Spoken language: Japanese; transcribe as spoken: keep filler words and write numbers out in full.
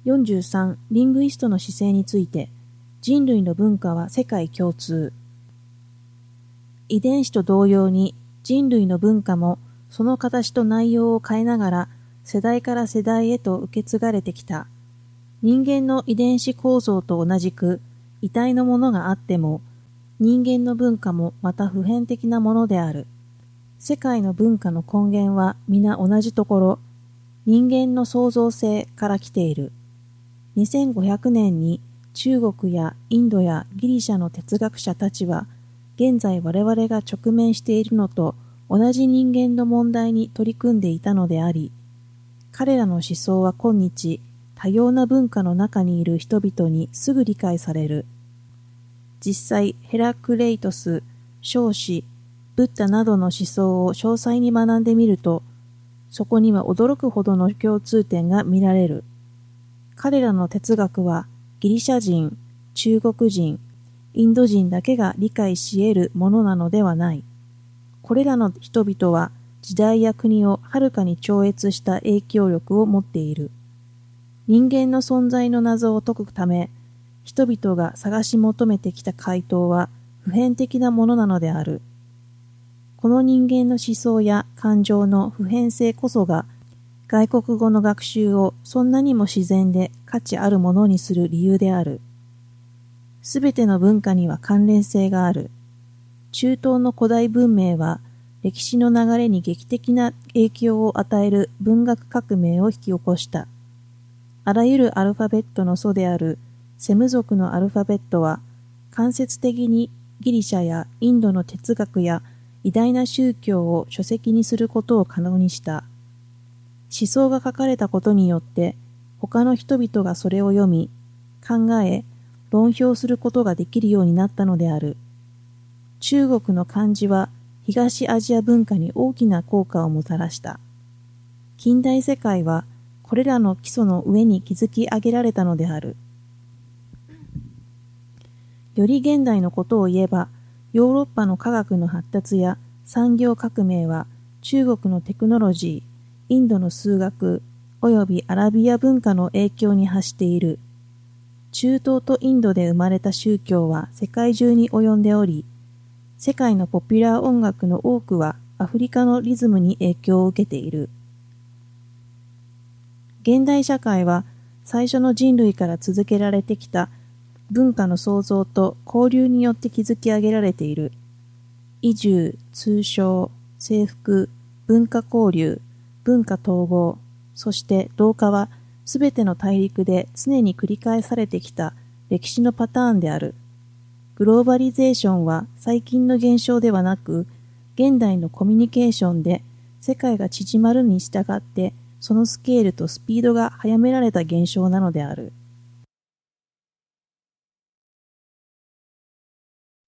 よんじゅうさん. リングイストの姿勢について、人類の文化は世界共通。遺伝子と同様に人類の文化もその形と内容を変えながら世代から世代へと受け継がれてきた。人間の遺伝子構造と同じく異体のものがあっても、人間の文化もまた普遍的なものである。世界の文化の根源は皆同じところ、人間の創造性から来ている。にせんごひゃくねんに中国やインドやギリシャの哲学者たちは、現在我々が直面しているのと同じ人間の問題に取り組んでいたのであり、彼らの思想は今日、多様な文化の中にいる人々にすぐ理解される。実際、ヘラクレイトス、少子、ブッダなどの思想を詳細に学んでみると、そこには驚くほどの共通点が見られる。彼らの哲学はギリシャ人、中国人、インド人だけが理解し得るものなのではない。これらの人々は時代や国をはるかに超越した影響力を持っている。人間の存在の謎を解くため、人々が探し求めてきた回答は普遍的なものなのである。この人間の思想や感情の普遍性こそが、外国語の学習をそんなにも自然で価値あるものにする理由である。すべての文化には関連性がある。中東の古代文明は歴史の流れに劇的な影響を与える文学革命を引き起こした。あらゆるアルファベットの祖であるセム族のアルファベットは間接的にギリシャやインドの哲学や偉大な宗教を書籍にすることを可能にした。思想が書かれたことによって他の人々がそれを読み、考え、論評することができるようになったのである。中国の漢字は東アジア文化に大きな効果をもたらした。近代世界はこれらの基礎の上に築き上げられたのである。より現代のことを言えば、ヨーロッパの科学の発達や産業革命は中国のテクノロジー、インドの数学およびアラビア文化の影響に発している。中東とインドで生まれた宗教は世界中に及んでおり、世界のポピュラー音楽の多くはアフリカのリズムに影響を受けている。現代社会は最初の人類から続けられてきた文化の創造と交流によって築き上げられている。移住、通商、征服、文化交流、文化統合、そして同化はすべての大陸で常に繰り返されてきた歴史のパターンである。グローバリゼーションは最近の現象ではなく、現代のコミュニケーションで世界が縮まるに従ってそのスケールとスピードが速められた現象なのである。